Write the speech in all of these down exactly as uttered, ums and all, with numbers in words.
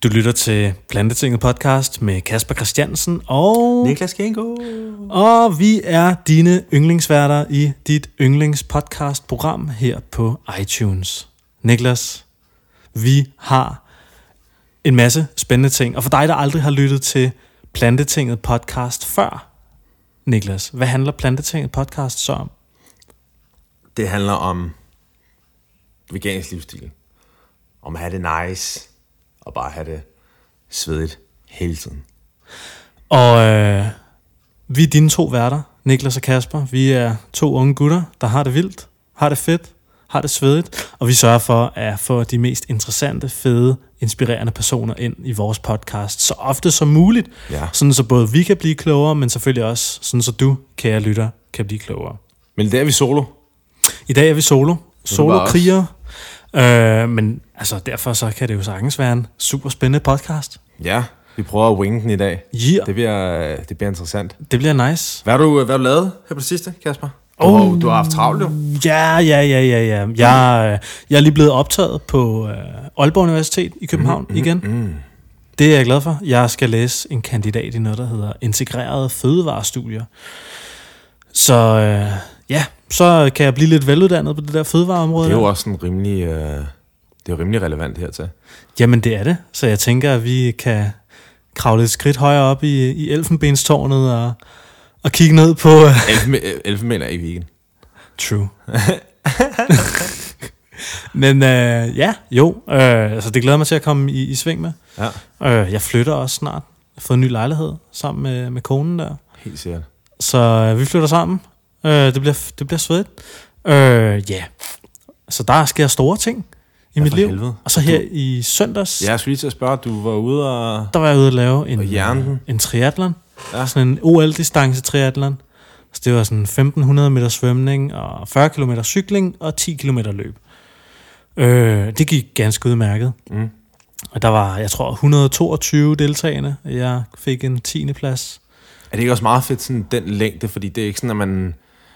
Du lytter til Plantetinget podcast med Kasper Christiansen og Niklas Gengo. Og vi er dine yndlingsværter i dit yndlingspodcast-program her på iTunes. Niklas, vi har en masse spændende ting. Og for dig, der aldrig har lyttet til Plantetinget podcast før, Niklas, hvad handler Plantetinget podcast så om? Det handler om vegansk livsstil. Om at have det nice. Og bare have det svedigt hele tiden. Og øh, vi er dine to værter, Niklas og Kasper. Vi er to unge gutter, der har det vildt, har det fedt, har det svedigt. Og vi sørger for at få de mest interessante, fede, inspirerende personer ind i vores podcast. Så ofte som muligt. Ja. Sådan så både vi kan blive klogere, men selvfølgelig også sådan så du, kære lytter, kan blive klogere. Men i dag er vi solo. I dag er vi solo. Solo-kriger. Øh, men altså derfor så kan det jo sagtens være en super spændende podcast. Ja, vi prøver at winge den i dag. Yeah. Det bliver, det bliver interessant. Det bliver nice. Hvad har du, hvad har du lavet her på det sidste, Kasper? Du, Oh, har, du har haft travlt jo. Ja, ja, ja, ja, ja. Jeg, jeg er lige blevet optaget på uh, Aalborg Universitet i København mm, mm, igen. Mm. Det er jeg glad for. Jeg skal læse en kandidat i noget, der hedder integrerede fødevarestudier. Så uh, ja, så kan jeg blive lidt veluddannet på det der fødevareområde. Det er jo der. også en rimelig, uh, det er jo rimelig relevant hertil. Jamen det er det. Så jeg tænker, at vi kan kravle et skridt højere op i, i Elfenbenstårnet og, og kigge ned på... Uh... Elfenben er ikke vegan. True. Men øh, ja, jo, øh, altså det glæder mig til at komme i, i sving med. Ja. Øh, jeg flytter også snart. Jeg har fået en ny lejlighed sammen med, med konen der. Helt sikkert. Så øh, vi flytter sammen. Øh, det bliver, det bliver svedigt. Øh, ja, yeah. Så der sker store ting i ja, mit liv. Helvede. Og så her du... i søndags... Ja, jeg skulle lige til at spørge, du var ude og... Der var jeg ude at lave en, en, en triathlon. Ja. Sådan en O L-distance triathlon. Så det var sådan femten hundrede meter svømning og fyrre kilometer cykling og ti kilometer løb. Øh, det gik ganske udmærket. Mm. Og der var, jeg tror, et hundrede og toogtyve deltagende. Jeg fik en tiende plads. Er det ikke også meget fedt, sådan den længde? Fordi det er ikke sådan, at man...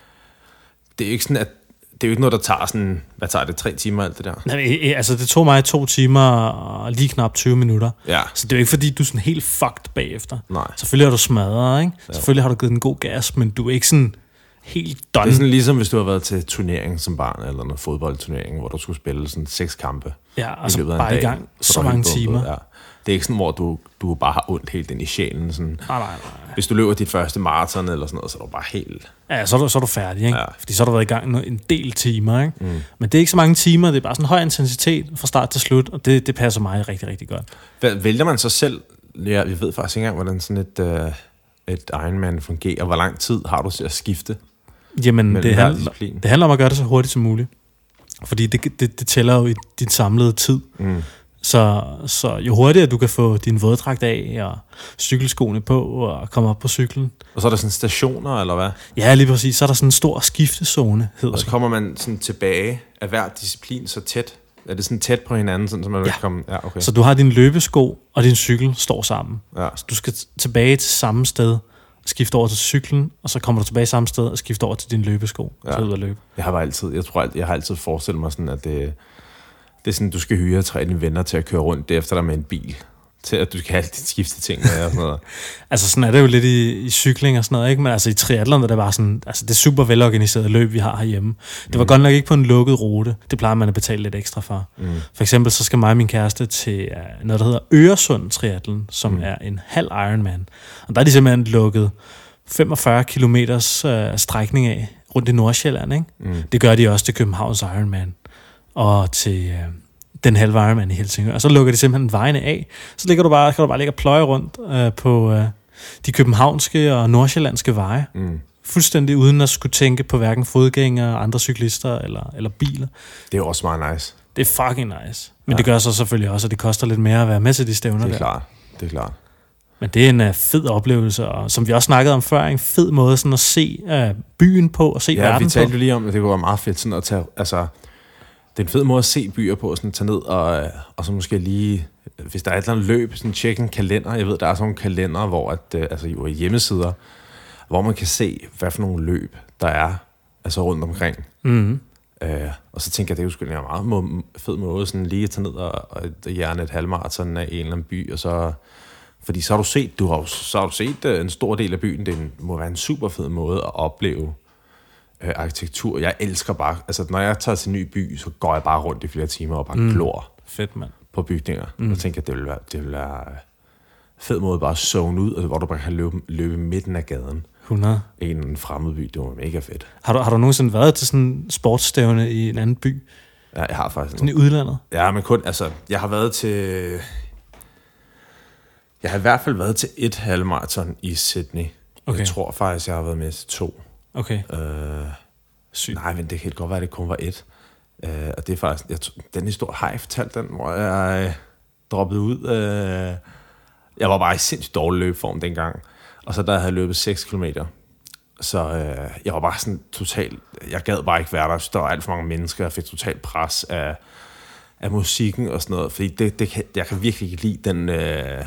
Det er ikke sådan, at... Det er jo ikke noget, der tager sådan... Hvad tager det? Tre timer alt det der? Nej, altså det tog mig to timer og lige knap tyve minutter. Ja. Så det er jo ikke fordi, du er sådan helt fucked bagefter. Nej. Selvfølgelig har du smadret, ikke? Ja. Selvfølgelig har du givet en god gas, men du er ikke sådan helt done. Det er sådan ligesom, hvis du har været til turnering som barn, eller noget fodboldturnering, hvor du skulle spille sådan seks kampe. Ja, og i så bare i gang så, så mange timer. Ja. Det er ikke sådan, hvor du, du bare har ondt helt ind i sjælen. Sådan. Nej, nej, nej. Hvis du løber dit første maraton eller sådan noget, så er du bare helt... Ja, så er du, så er du færdig, ikke? Ja. Fordi så har du været i gang en del timer, ikke? Mm. Men det er ikke så mange timer, det er bare sådan en høj intensitet fra start til slut, og det, det passer mig rigtig, rigtig godt. Vælger man så selv... Ja, jeg ved faktisk ikke engang, hvordan sådan et, uh, et Ironman fungerer. Hvor lang tid har du til at skifte? Jamen, det handler, det handler om at gøre det så hurtigt som muligt. Fordi det, det, det tæller jo i din samlede tid. Mm. Så, så jo hurtigere du kan få din våddragt af og cykelskoene på og komme op på cyklen. Og så er der sådan stationer, eller hvad? Ja, lige præcis. Så er der sådan en stor skiftezone, hedder Og så kommer man sådan tilbage af hver disciplin så tæt. Er det sådan tæt på hinanden, sådan, så man ja. kan komme... Ja, okay. Så du har din løbesko og din cykel står sammen. Ja. Så du skal tilbage til samme sted, skifte over til cyklen, og så kommer du tilbage samme sted og skifte over til din løbesko. Ja. Så ud at løbe. Jeg har bare altid, jeg tror, jeg har altid forestillet mig sådan, at det, det er sådan, du skal hyre tre af dine venner til at køre rundt det efter dig med en bil. Til at du skal have dit skifte ting med og sådan noget. Altså sådan er det jo lidt i, i cykling og sådan noget, ikke? Men altså i triathlon, der er bare sådan, altså det er super velorganiseret løb, vi har herhjemme. Det var mm. godt nok ikke på en lukket rute. Det plejer man at betale lidt ekstra for. Mm. For eksempel så skal mig og min kæreste til uh, noget, der hedder Øresund Triathlon, som mm. er en halv Ironman. Og der er de simpelthen lukket femogfyrre kilometers uh, strækning af rundt i Nordsjælland, ikke? Mm. Det gør de også til Københavns Ironman og til... Uh, den halve Ironman i Helsingør, og så lukker de simpelthen vejene af. Så ligger du bare, kan du bare ligge og pløje rundt øh, på øh, de københavnske og nordsjællandske veje. Mm. Fuldstændig uden at skulle tænke på hverken fodgængere, andre cyklister eller, eller biler. Det er jo også meget nice. Det er fucking nice. Men ja. Det gør så selvfølgelig også, at det koster lidt mere at være med til de stævner der. Det er klart, det er klart. Men det er en uh, fed oplevelse, og som vi også snakkede om før, en fed måde sådan at se uh, byen på, og se ja, verden på. Ja, vi talte jo lige om, at det kunne være meget fedt sådan at tage, altså... Det er en fed måde at se byer på, sådan tage ned og, og så måske lige, hvis der er et eller andet løb, sådan tjekke en kalender. Jeg ved, der er sådan nogle kalender, hvor at, altså jo hjemmesider, hvor man kan se, hvad for nogle løb der er, altså rundt omkring. Mm-hmm. Øh, og så tænker jeg, det er jo sgu en meget må, fed måde, sådan lige at tage ned og, og hjerne et halvmarathon af en eller anden by, og så, fordi så har du set, du har, så har du set uh, en stor del af byen, det en, må være en super fed måde at opleve uh, arkitektur. Jeg elsker bare, altså når jeg tager til en ny by, så går jeg bare rundt i flere timer og bare mm. glor Fedt, mand. på bygninger. Mm. Og tænker, at det vil være, det vil være fed måde bare at zone ud, hvor du bare kan løbe, løbe midten af gaden. hundrede En fremmed by, det var mega fedt. Har du, har du nogensinde været til sådan en sportsstævne i en anden by? Ja, jeg har faktisk. Sådan i udlandet? Ja, men kun, altså, jeg har været til... Jeg har i hvert fald været til et halvmarathon i Sydney. Okay. Jeg tror faktisk, jeg har været med til to. Okay. Øh, Sygt. Nej, men det kan godt være, at det kun var et. Øh, og det er faktisk... Jeg, den historie har jeg fortalt den, hvor jeg øh, droppede ud. Øh, jeg var bare i sindssygt dårlig løbeform dengang. Og så der havde jeg løbet seks kilometer. Så øh, jeg var bare sådan totalt... Jeg gad bare ikke være der. Der var alt for mange mennesker. Jeg fik totalt pres af, af musikken og sådan noget. Fordi det, det kan, jeg kan virkelig ikke lide den... Øh,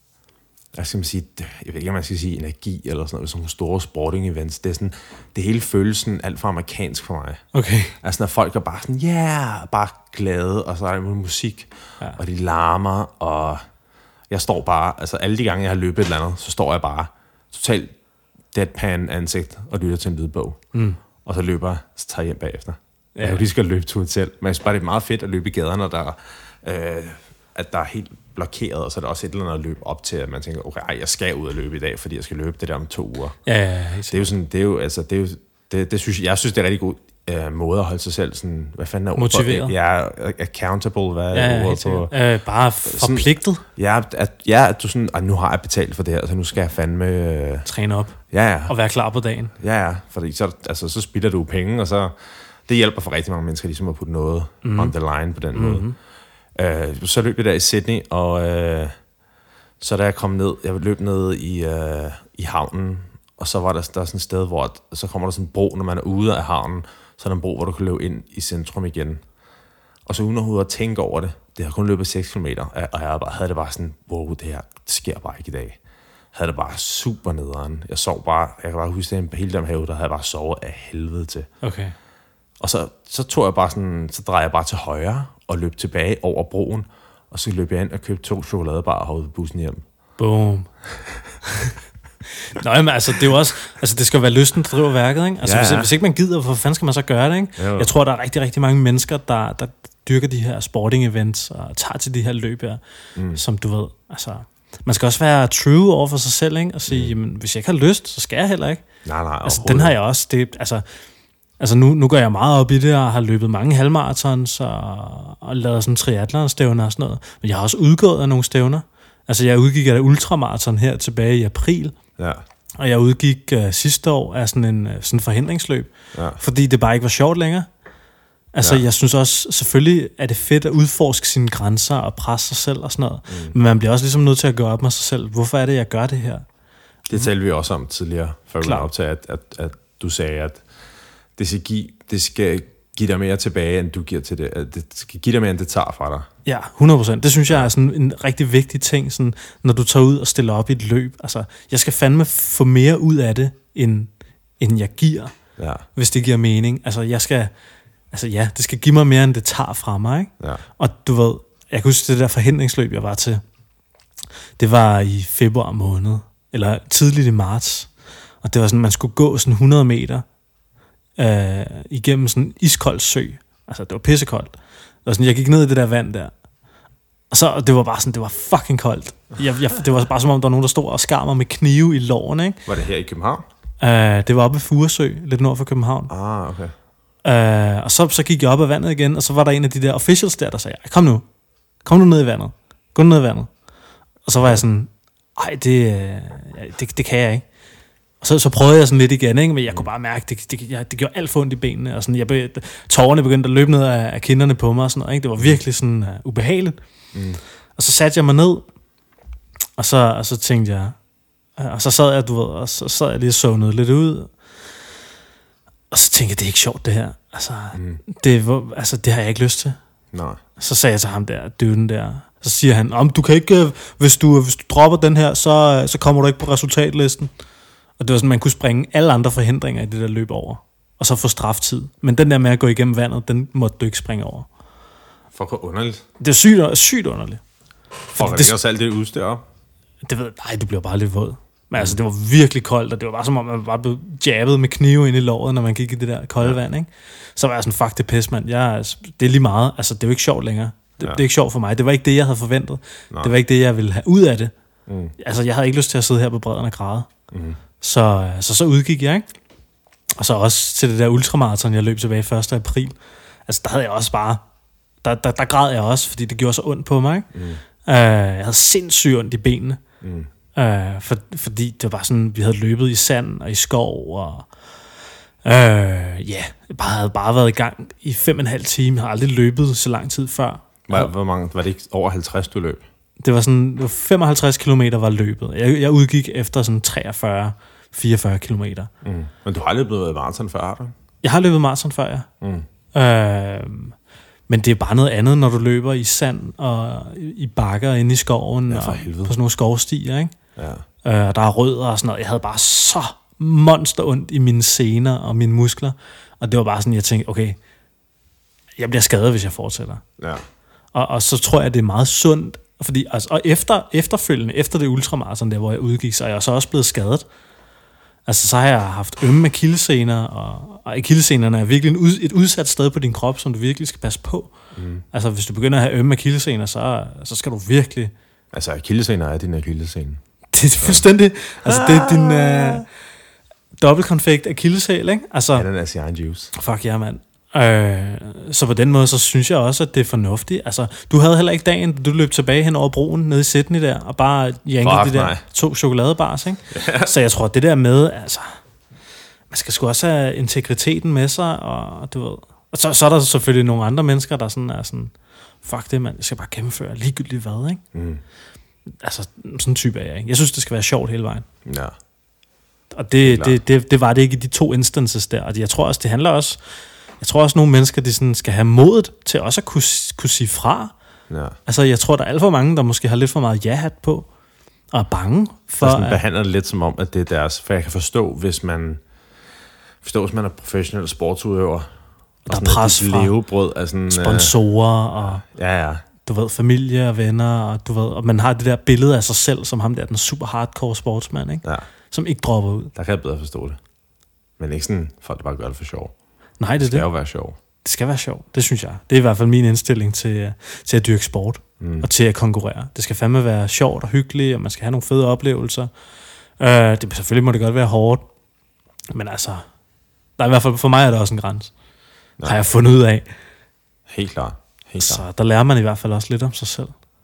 hvad skal man sige? Jeg ved ikke, om man skal sige energi eller sådan noget. Sådan nogle store sporting events. Det er sådan... Det hele føles sådan alt for amerikansk for mig. Okay. Altså når folk er bare sådan... Ja! Yeah! Bare glade. Og så er der musik. Ja. Og de larmer. Og jeg står bare... Altså alle de gange, jeg har løbet et eller andet, så står jeg bare totalt deadpan ansigt og lytter til en lydbog. Mm. Og så løber jeg, så tager jeg hjem bagefter. Ja. Jeg kan jo lige skal løbe turen selv. Men jeg synes bare, det er meget fedt at løbe i gaderne, og der, øh, at der er helt blokeret, og så er der også et eller andet at løbe op til, at man tænker, okay, ej, jeg skal ud og løbe i dag, fordi jeg skal løbe det der om to uger. Ja, ja, ja. Det er jo sådan, det er jo, altså, det er jo, det, det synes jeg, jeg synes, det er en rigtig god øh, måde at holde sig selv sådan, hvad fanden er motiveret. Ja, accountable, hvad ja, er ordet på? Øh, bare forpligtet. Sådan, ja, at, ja, at du sådan, at nu har jeg betalt for det her, så nu skal jeg fandme... Øh, træne op. Ja, ja. Og være klar på dagen. Ja, ja, fordi så, altså, så spilder du penge, og så... Det hjælper for rigtig mange mennesker, ligesom at putte noget mm. on the line på den mm-hmm. måde. Øh, så løb jeg der i Sydney, og øh, så da jeg kom ned, jeg løb ned i, øh, i havnen, og så var der, der sådan et sted, hvor så kommer der sådan en bro, når man er ude af havnen, så er der en bro, hvor du kan løbe ind i centrum igen. Og så uden overhovedet at tænke over det, det har kun løbet seks kilometer, og jeg bare, havde det bare sådan, wow, det her det sker bare ikke i dag. Havde det bare super nederen. Jeg sov bare, jeg kan bare huske, at hele den periode, der havde jeg bare sovet af helvede til. Okay. Og så, så tog jeg bare sådan, så drejede jeg bare til højre, og løb tilbage over broen, og så løb jeg ind og købte to chokoladebar og hoppede bussen hjem. Boom. Nå, men altså, det er jo også, altså, det skal være lysten, der driver værket, ikke? Altså, ja, ja. Hvis, hvis ikke man gider, hvor fanden skal man så gøre det, ikke? Jo. Jeg tror, der er rigtig, rigtig mange mennesker, der, der dyrker de her sporting events, og tager til de her løb her, mm. som du ved, altså... Man skal også være true over for sig selv, ikke? Og sige, mm. jamen, hvis jeg ikke har lyst, så skal jeg heller ikke. Nej, nej, altså, den har jeg også, det, altså... Altså nu, nu går jeg meget op i det, og har løbet mange halvmarathons, og, og lavet sådan triathlon-stævner og sådan noget. Men jeg har også udgået af nogle stævner. Altså jeg udgik af ultramarathon her tilbage i april. Ja. Og jeg udgik uh, sidste år af sådan en sådan en forhindringsløb. Ja. Fordi det bare ikke var sjovt længere. Altså ja. Jeg synes også, selvfølgelig er det fedt at udforske sine grænser og presse sig selv og sådan noget. Mm. Men man bliver også ligesom nødt til at gøre op med sig selv. Hvorfor er det, jeg gør det her? Det talte vi også om tidligere, før vi op til, at, at, at du sagde, at det skal, give, det skal give dig mere tilbage, end du giver til det. Det skal give dig mere, end det tager fra dig. Ja, hundrede procent. Det synes jeg er sådan en rigtig vigtig ting, sådan, når du tager ud og stiller op i et løb. Altså, jeg skal fandme få mere ud af det, end, end jeg giver, ja. Hvis det giver mening. Altså, jeg skal, altså, ja, det skal give mig mere, end det tager fra mig. Ikke? Ja. Og du ved, jeg kan huske det der forhindringsløb, jeg var til. Det var i februar måned, eller tidligt i marts. Og det var sådan, man skulle gå sådan hundrede meter, Øh, igennem sådan en iskold sø. Altså, det var pissekoldt. Det var sådan, jeg gik ned i det der vand der. Og så, det var bare sådan, det var fucking koldt. Jeg, jeg, det var bare som om, der var nogen, der stod og skar mig med knive i lårene, ikke? Var det her i København? Øh, det var oppe ved Furesø, lidt nord for København. Ah, okay. Øh, og så, så gik jeg op af vandet igen, og så var der en af de der officials der, der sagde, kom nu, kom nu ned i vandet. Gå ned i vandet. Og så var jeg sådan, ej, det, det, det kan jeg ikke. Og så, så prøvede jeg sådan lidt igen, ikke? Men jeg kunne bare mærke, det, det, det, det gjorde alt for ondt i benene, og sådan, jeg be, tårerne begyndte at løbe ned af, af kinderne på mig, og sådan noget, ikke? Det var virkelig sådan uh, ubehageligt. Mm. Og så satte jeg mig ned, og så, og så tænkte jeg, uh, og så sad jeg, du ved, og så sad jeg lige og sovnede lidt ud, og så tænkte jeg, det er ikke sjovt det her, altså, mm. det, altså, det har jeg ikke lyst til. Nej. Så sagde jeg til ham der, dyden der, så siger han, om du kan ikke, hvis du, hvis du dropper den her, så, så kommer du ikke på resultatlisten. Og det var sådan, man kunne springe alle andre forhindringer i det der løb over. og så få straftid. Men den der med at gå igennem vandet, den måtte du ikke springe over. For hvor underligt. Det er sygt, sygt underligt. For det, det også alt det udstyr op? Det ved nej, du bliver bare lidt våd. Men altså, det var virkelig koldt, og det var bare som om, man bare blev jabbet med knive ind i låret, når man gik i det der kolde ja. vand, ikke? Så var jeg sådan, fuck det pis, mand. Jeg, det er lige meget. Altså, det er jo ikke sjovt længere. Det, ja. det er ikke sjovt for mig. Det var ikke det, jeg havde forventet. Nej. Det var ikke det, jeg ville have ud af det. Mm. Altså, jeg havde ikke lyst til at sidde her på bredden og græde. Mm. Så, så så udgik jeg, ikke? Og så også til det der ultramaraton, jeg løb tilbage første april. Altså, der havde jeg også bare... Der, der, der græd jeg også, fordi det gjorde så ondt på mig, ikke? Mm. Uh, jeg havde sindssygt ondt i benene. Mm. Uh, for, fordi det var bare sådan, vi havde løbet i sand og i skov, og uh, ja, yeah, bare havde bare været i gang i fem og en halv time. Jeg har aldrig løbet så lang tid før. Hvor, hvor mange, var det ikke over halvtreds, du løb? Det var sådan, det var femoghalvtreds kilometer var løbet. Jeg, jeg udgik efter sådan treogfyrre til fireogfyrre kilometer. Mm. Men du har aldrig løbet maraton før, har du? Jeg har løbet maraton før, ja. Mm. Uh, Men det er bare noget andet, når du løber i sand og i bakker inde i skoven, ja, og på sådan nogle skovstier, ikke? Ja. Øh, der er rødder og sådan noget. Jeg havde bare så monster ondt i mine sener og mine muskler, og det var bare sådan, jeg tænkte, okay, jeg bliver skadet, hvis jeg fortsætter. Ja. Og, og så tror jeg, det er meget sundt, fordi altså, og efter, efterfølgende, efter det ultramaraton der, hvor jeg udgik, så er jeg så også blevet skadet. Altså, så har jeg haft ømme akillessener, og, og akillessenerne er virkelig en ud, et udsat sted på din krop, som du virkelig skal passe på. Mm. Altså, hvis du begynder at have ømme akillessener, så, så skal du virkelig... Altså, akillessener er din akillessene. Det er fuldstændig... Altså, det er din uh, dobbeltkonfekt akilleshæl, ikke? Altså, ja, den er sin egen juice. Fuck ja, mand. Øh, så på den måde, så synes jeg også, at det er fornuftigt. Altså, du havde heller ikke dagen, du løb tilbage hen over broen nede i Sydney der, og bare jankede de der nej. to chokoladebars, ikke? Ja. Så jeg tror, at det der med, altså, man skal sgu også have integriteten med sig, og du ved, og så, så er der selvfølgelig nogle andre mennesker, der sådan er sådan, fuck det, mand, jeg skal bare gennemføre ligegyldigt hvad, ikke? Mm. Altså, sådan en type er jeg, ikke? Jeg synes, det skal være sjovt hele vejen. Ja. Og det, det, det, det var det ikke i de to instances der, og jeg tror også, det handler også, jeg tror også, at nogle mennesker, de sådan skal have modet til også at kunne, kunne sige fra. Ja. Altså, jeg tror, der er alt for mange, der måske har lidt for meget ja-hat på, og er bange for... Og sådan behandler det lidt som om, at det er deres... For jeg kan forstå, hvis man... Forstå, hvis man er professionel sportsudøver, og der er pres fra levebrød af sådan, sponsorer, og ja, ja. du ved, familie og venner, og du ved, og man har det der billede af sig selv, som ham der, den super hardcore sportsmand, ikke? Ja. Som ikke dropper ud. Der kan jeg bedre forstå det. Men ikke sådan, folk bare gør det for sjov. Nej, det, det skal det. jo være sjov. Det skal være sjov, det synes jeg. Det er i hvert fald min indstilling til, til at dyrke sport, mm. og til at konkurrere. Det skal fandme være sjovt og hyggeligt, og man skal have nogle fede oplevelser. Uh, det, selvfølgelig må det godt være hårdt, men altså, der er i hvert fald, for mig er der også en grænse. Nej. Har jeg fundet ud af. Helt klart. Helt Så klart. der lærer man i hvert fald også lidt om sig selv.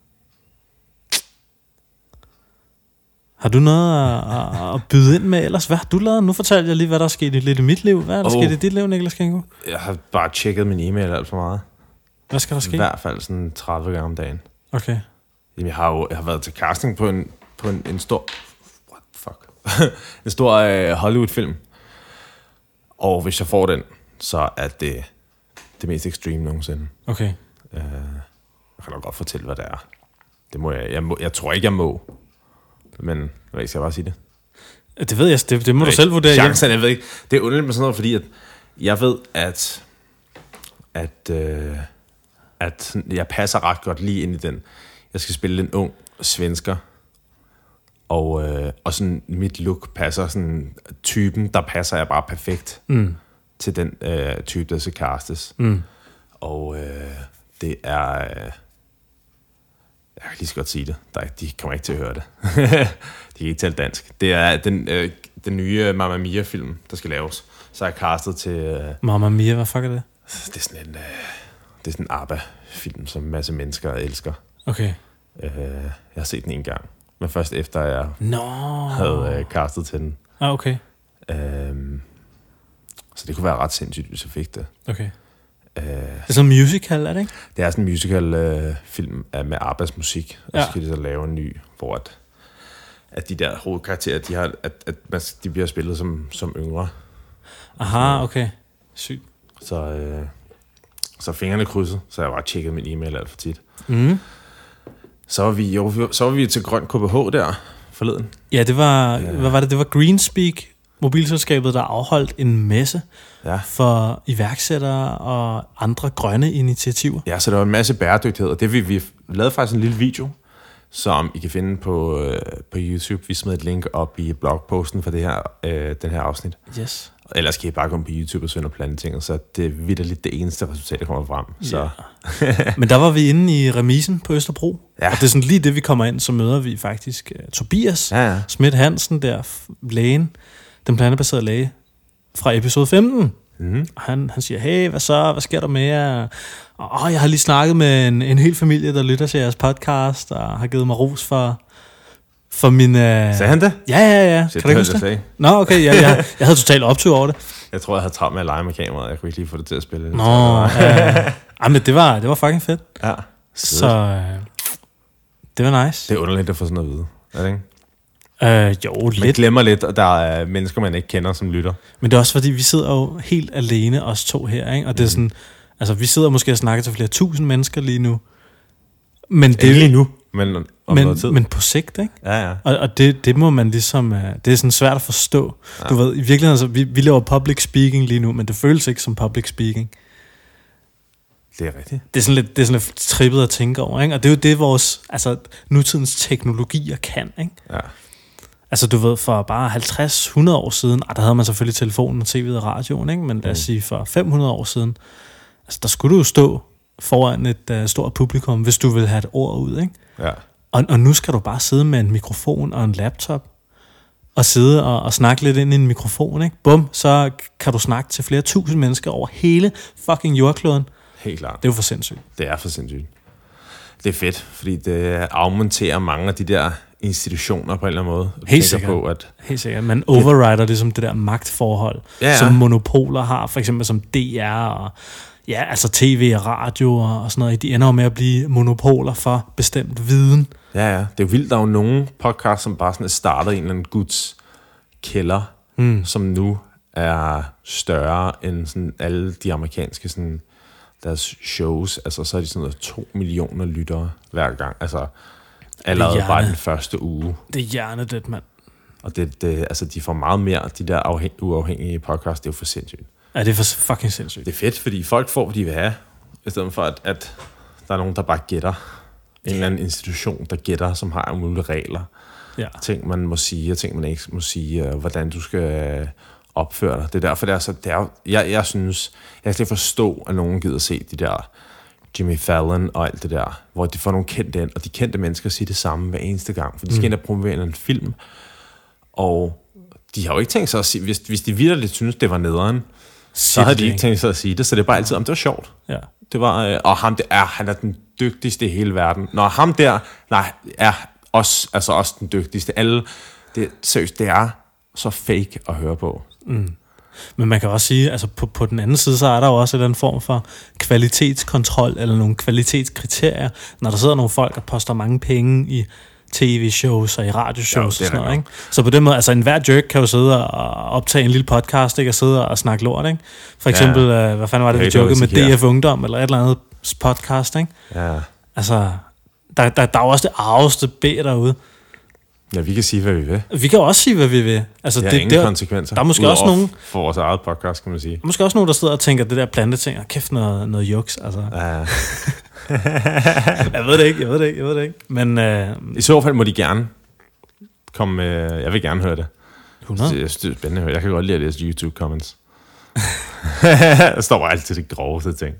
Har du noget at, at, at byde ind med ellers? Hvad har du lavet? Nu fortalte jeg lige, hvad der er sket i lidt i mit liv. Hvad er der oh. sket i dit liv, Niklas Kengo? Jeg har bare tjekket min e-mail alt for meget. Hvad skal der ske? I hvert fald sådan tredive gange om dagen. Okay. Jamen, jeg har jo jeg har været til casting på en, på en, en stor... What the fuck? en stor uh, Hollywood-film. Og hvis jeg får den, så er det det mest extreme nogensinde. Okay. Uh, jeg kan nok godt fortælle, hvad det er. Det må jeg... Jeg, må, jeg tror ikke, jeg må... Men hvad skal jeg bare sige det? Det ved jeg, det, det må jeg du selv vurdere. Chancen, jeg ved ikke. Det er underligt med sådan noget, fordi at jeg ved, at at, øh, at jeg passer ret godt lige ind i den. Jeg skal spille en ung svensker, og, øh, og sådan mit look passer sådan typen, der passer jeg bare perfekt mm. til den øh, type, der skal castes. Mm. Og øh, det er... Øh, jeg kan lige så godt sige det. Der er, de kommer ikke til at høre det. De kan ikke tale dansk. Det er den, øh, den nye Mamma Mia-film, der skal laves. Så er jeg castet til... Øh, Mamma Mia, hvad fuck er det? Det er sådan en, øh, det er sådan en ABBA-film, som en masse mennesker elsker. Okay. Øh, jeg har set den en gang. Men først efter jeg no. havde øh, castet til den. Ah, okay. Øh, så det kunne være ret sindssygt, hvis jeg fik det. Okay. Uh, det er sådan en musical, er det ikke? Det er sådan en musical-film uh, med Abbas musik, og ja. Så skal de så lave en ny, hvor at, at de der hovedkarakterer, de, har, at, at de bliver spillet som, som yngre. Aha, okay. Sygt. Så, uh, så fingrene krydset, så jeg bare tjekket min e-mail alt for tit. Mm. Så var vi, jo, så var vi til Grøn K B H der forleden. Ja, det var, ja. Hvad var det? Det var Greenspeak mobilselskabet, der afholdt en messe Ja. for iværksættere og andre grønne initiativer. Ja, så der var en masse bæredygtighed, og det vi, vi lavede faktisk en lille video, som I kan finde på, øh, på YouTube. Vi smed et link op i blogposten for det her, øh, den her afsnit. Yes. Ellers kan I bare gå på YouTube og søge nogle planteting, så det er vitterligt det eneste resultat, der kommer frem. Så. Yeah. Men der var vi inde i remisen på Østerbro, Ja. og det er sådan lige det, vi kommer ind, så møder vi faktisk uh, Tobias Ja, ja. Schmidt Hansen, der lægen, den plantebaserede læge, fra episode femten. Mm-hmm. Og han, han siger, hey, hvad så? Hvad sker der med jer? Og oh, jeg har lige snakket med en, en hel familie, der lytter til jeres podcast, og har givet mig ros for, for min... Uh... Sagde han det? Ja, ja, ja. Shit, kan du ikke huske det? det? Nå, okay, ja, jeg, jeg havde totalt optur over det. Jeg tror, jeg havde travlt med at lege med kameraet. Jeg kunne ikke lige få det til at spille. Nå, ja. Ej, men det var, det var fucking fedt. Ja. Så øh, det var nice. Det er underligt at få sådan noget at vide. Er det ikke? Øh, jo, Man lidt. glemmer lidt, at der er mennesker, man ikke kender, som lytter. Men det er også fordi, vi sidder jo helt alene, os to her, ikke? Og det er sådan, altså vi sidder måske og snakker til flere tusind mennesker lige nu. Men det Ikke lige nu, men om noget tid. men, men på sigt, ikke? Ja, ja. Og, og det, det må man ligesom, uh, det er sådan svært at forstå. Ja. Du ved, i virkeligheden, altså, vi, vi laver public speaking lige nu, men det føles ikke som public speaking. Det er rigtigt. Det er sådan lidt, det er sådan lidt trippet at tænke over, ikke? Og det er jo det, vores, altså nutidens teknologier kan, ikke? Ja. Altså du ved, for bare halvtreds hundrede år siden, og der havde man selvfølgelig telefonen og tv'et og radioen, ikke? Men lad os sige for fem hundrede år siden, altså der skulle du jo stå foran et uh, stort publikum, hvis du vil have et ord ud, ikke? Ja. Og, og nu skal du bare sidde med en mikrofon og en laptop, og sidde og, og snakke lidt ind i en mikrofon, ikke? Bum, så kan du snakke til flere tusind mennesker over hele fucking jordkloden. Helt klart. Det er jo for sindssygt. Det er for sindssygt. Det er fedt, fordi det afmonterer mange af de der institutioner på en eller anden måde. Jeg Helt tænker sikkert. På, at Helt sikkert. Man overrider ligesom det der magtforhold, Ja, ja. som monopoler har, for eksempel som D R og ja, altså tv og radio og sådan noget. De ender jo med at blive monopoler for bestemt viden. Ja, ja. Det er jo vildt, der er jo nogle podcasts, som bare sådan er startet i en eller anden guds kælder, mm. som nu er større end sådan alle de amerikanske sådan, deres shows. Altså, så er de sådan noget to millioner lyttere hver gang. Altså, allerede bare den første uge. Det er hjernedødt, mand. Og det, det, altså, de får meget mere, de der afhæng, uafhængige podcasts, det er jo for sindssygt. Ja, det er for fucking sindssygt. Det er fedt, fordi folk får, hvad de vil have, i stedet for, at, at der er nogen, der bare gætter. En eller anden institution, der gætter, som har mulige regler. Ja. Ting, man må sige, og ting, man ikke må sige, og hvordan du skal opføre dig. Det er derfor, det er så... Det er, jeg, jeg synes... Jeg kan slet ikke forstå, at nogen gider se de der Jimmy Fallon og alt det der, hvor de får nogle kendte ind, og de kendte mennesker siger det samme hver eneste gang, for de skal mm. ind og promovere en film, og de har jo ikke tænkt sig at sige... Hvis, hvis de virkelig synes, det var nederen, så havde de ikke tænkt sig at sige det, så det er bare altid, om det var sjovt. Ja. Det var, øh, og ham der er, han er den dygtigste i hele verden. Når ham der, nej, er også, altså også den dygtigste. Alle, det, seriøst, det er så fake at høre på. Mm. Men man kan også sige, altså på, på den anden side, så er der jo også en anden form for kvalitetskontrol, eller nogle kvalitetskriterier, når der sidder nogle folk, der poster mange penge i tv-shows og i radioshows jo, og sådan noget, nok. ikke? Så på den måde, altså enhver jerk kan jo sidde og optage en lille podcast, ikke? Og sidde og snakke lort, ikke? For eksempel, ja. øh, hvad fanden var det, vi jokede med D F Ungdom, eller et eller andet podcast, ikke? Ja. Altså, der, der, der er jo også det arveste B derude. Ja, vi kan sige, hvad vi vil. Vi kan også sige, hvad vi vil. Altså, det er det, ingen det, konsekvenser. Der er måske også nogen... For vores eget podcast, kan man sige. Måske også nogen, der sidder og tænker, det der planteting, og kæft noget, noget juks, altså. Ja. jeg ved det ikke, jeg ved det ikke, jeg ved det ikke. Men... Øh, I så fald må de gerne komme med... Jeg vil gerne høre det. hundrede Det er spændende at høre. Jeg kan godt lide at læse YouTube-comments. Der står bare altid det groveste ting.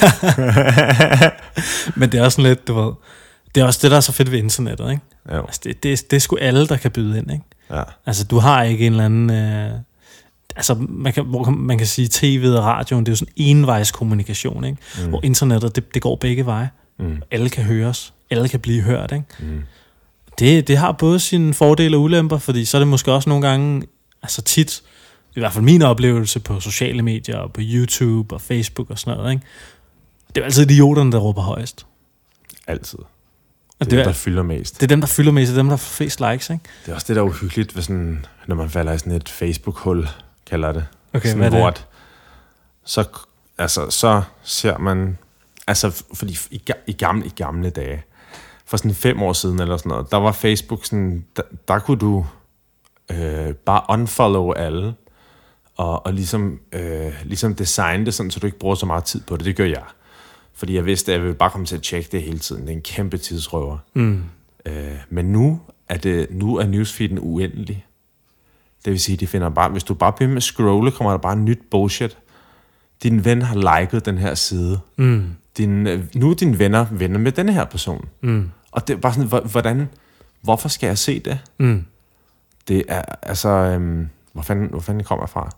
Men det er også sådan lidt, du ved... Det er også det, der er så fedt ved internettet, ikke? Jo. Altså, det, det, det er sgu alle, der kan byde ind, ikke? Ja. Altså, du har ikke en eller anden... Øh, altså, man kan, hvor man kan sige, tv'et og radioen, det er jo sådan envejskommunikation, ikke? Mm. Hvor internettet, det, det går begge veje. Mm. Alle kan høres. Alle kan blive hørt, ikke? Mm. Det, det har både sine fordele og ulemper, fordi så er det måske også nogle gange... Altså tit, i hvert fald min oplevelse på sociale medier, og på YouTube og Facebook og sådan noget, ikke? Det er jo altid idioterne, der råber højst. Altid. Det er dem, det, der fylder mest. Det er dem, der fylder mest, det er dem, der får flest likes, ikke? Det er også det, der er uhyggeligt, ved sådan, når man falder i sådan et Facebook-hul, kalder jeg det. Okay, sådan, hvad er det? hvor at, så, altså, så ser man... Altså, fordi i, i, gamle, i gamle dage, for sådan fem år siden eller sådan noget, der var Facebook sådan... Der, der kunne du øh, bare unfollow alle, og, og ligesom, øh, ligesom designe det sådan, så du ikke bruger så meget tid på det. Det gør jeg. Fordi jeg vidste, at jeg ville bare komme til at tjekke det hele tiden. Det er en kæmpe tidsrøver. Mm. Øh, men nu er, det, nu er newsfeeden uendelig. Det vil sige, de finder bare, hvis du bare bliver med at scrolle, kommer der bare nyt bullshit. Din ven har liket den her side. Mm. Din, nu er dine venner venner med denne her person. Mm. Og det er bare sådan, hvordan, hvorfor skal jeg se det? Mm. Det er, altså, øhm, hvor fanden, hvor fanden kommer jeg fra?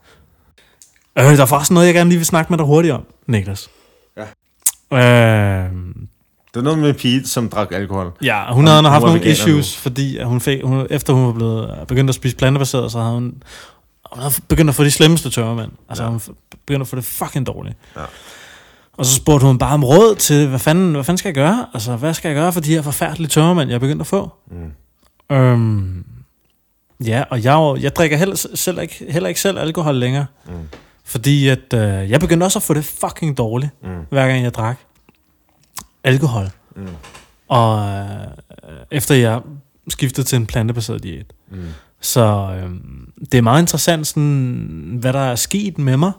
Øh, der er faktisk noget, jeg gerne lige vil snakke med dig hurtigt om, Niklas. Ja. Øh, Det er noget med en pige, som drak alkohol. ja, hun havde hun haft var nogle veganer issues, fordi at hun fik, hun, efter hun var blevet begyndt at spise plantebaseret, så havde hun, hun havde begyndt at få de slemmeste tørmænd. Altså, ja. Hun begyndte at få det fucking dårligt. Ja. Og så spurgte hun bare om råd til, hvad fanden, hvad fanden skal jeg gøre? Altså, hvad skal jeg gøre for de her forfærdelige tørmænd, jeg er begyndt at få? Mm. Øhm, ja, og jeg, jeg drikker heller, selv ikke, heller ikke selv alkohol længere. Mm. Fordi at, øh, jeg begyndte også at få det fucking dårligt, mm. hver gang jeg drak alkohol. Mm. Og øh, efter jeg skiftede til en plantebaseret diæt. Mm. Så øh, det er meget interessant, sådan, hvad der er sket med mig.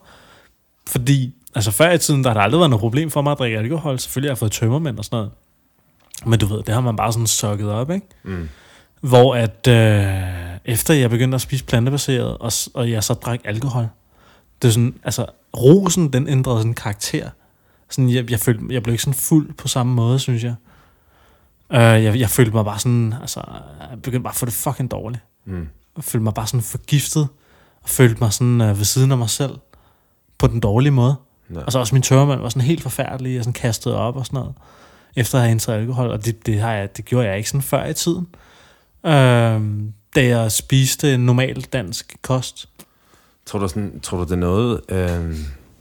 Fordi altså før i tiden, der har der aldrig været noget problem for mig at drikke alkohol. Selvfølgelig har jeg fået tømmermænd og sådan noget. Men du ved, det har man bare sådan sukket op, ikke? Mm. Hvor at øh, efter jeg begyndte at spise plantebaseret, og, og jeg så drak alkohol, det er sådan, altså rosen, den ændrede sådan karakter. Sådan, jeg, jeg, følte, jeg blev ikke sådan fuld på samme måde, synes jeg. Uh, jeg. Jeg følte mig bare sådan, altså, jeg begyndte bare at få det fucking dårligt. Mm. Jeg følte mig bare sådan forgiftet, og følte mig sådan uh, ved siden af mig selv, på den dårlige måde. Ja. Og så også min tørmand var sådan helt forfærdelig, og sådan kastet op og sådan noget, efter at have indtaget alkohol, og det, det, har jeg, det gjorde jeg ikke sådan før i tiden. Uh, da jeg spiste en normal dansk kost. Tror du, sådan, tror du det er noget... Øh...